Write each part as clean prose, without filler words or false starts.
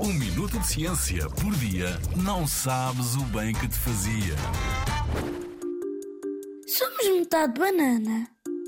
Um minuto de ciência por dia não sabes o bem que te fazia. Somos metade banana.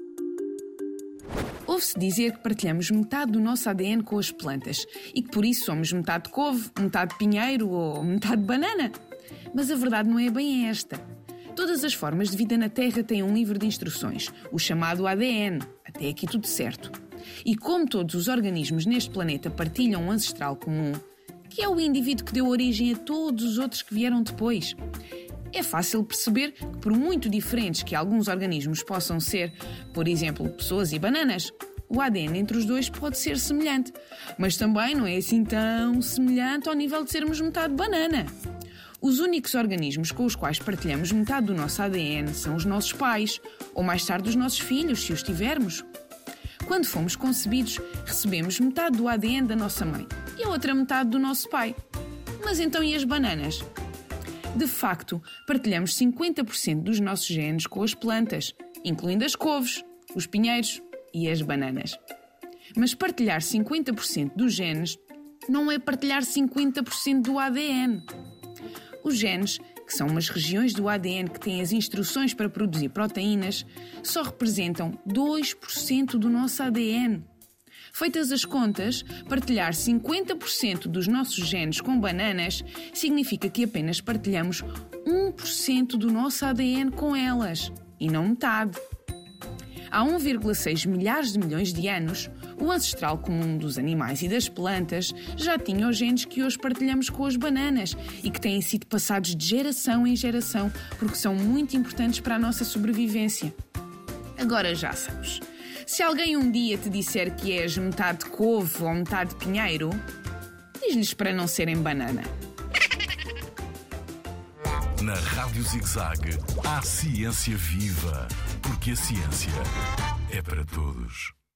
Ouve-se dizer que partilhamos metade do nosso ADN com as plantas e que por isso somos metade couve, metade pinheiro ou metade banana. Mas a verdade não é bem esta. Todas as formas de vida na Terra têm um livro de instruções, o chamado ADN. Até aqui tudo certo. E como todos os organismos neste planeta partilham um ancestral comum, que é o indivíduo que deu origem a todos os outros que vieram depois, é fácil perceber que, por muito diferentes que alguns organismos possam ser, por exemplo, pessoas e bananas, o ADN entre os dois pode ser semelhante, mas também não é assim tão semelhante ao nível de sermos metade banana. Os únicos organismos com os quais partilhamos metade do nosso ADN são os nossos pais, ou mais tarde os nossos filhos, se os tivermos. Quando fomos concebidos, recebemos metade do ADN da nossa mãe e a outra metade do nosso pai. Mas então e as bananas? De facto, partilhamos 50% dos nossos genes com as plantas, incluindo as couves, os pinheiros e as bananas. Mas partilhar 50% dos genes não é partilhar 50% do ADN. Os genes, que são umas regiões do ADN que têm as instruções para produzir proteínas, só representam 2% do nosso ADN. Feitas as contas, partilhar 50% dos nossos genes com bananas significa que apenas partilhamos 1% do nosso ADN com elas, e não metade. Há 1,6 milhares de milhões de anos, o ancestral comum dos animais e das plantas já tinha os genes que hoje partilhamos com as bananas e que têm sido passados de geração em geração porque são muito importantes para a nossa sobrevivência. Agora já sabes. Se alguém um dia te disser que és metade couve ou metade pinheiro, diz-lhes para não serem banana. Na Rádio Zig-Zag há ciência viva, porque a ciência é para todos.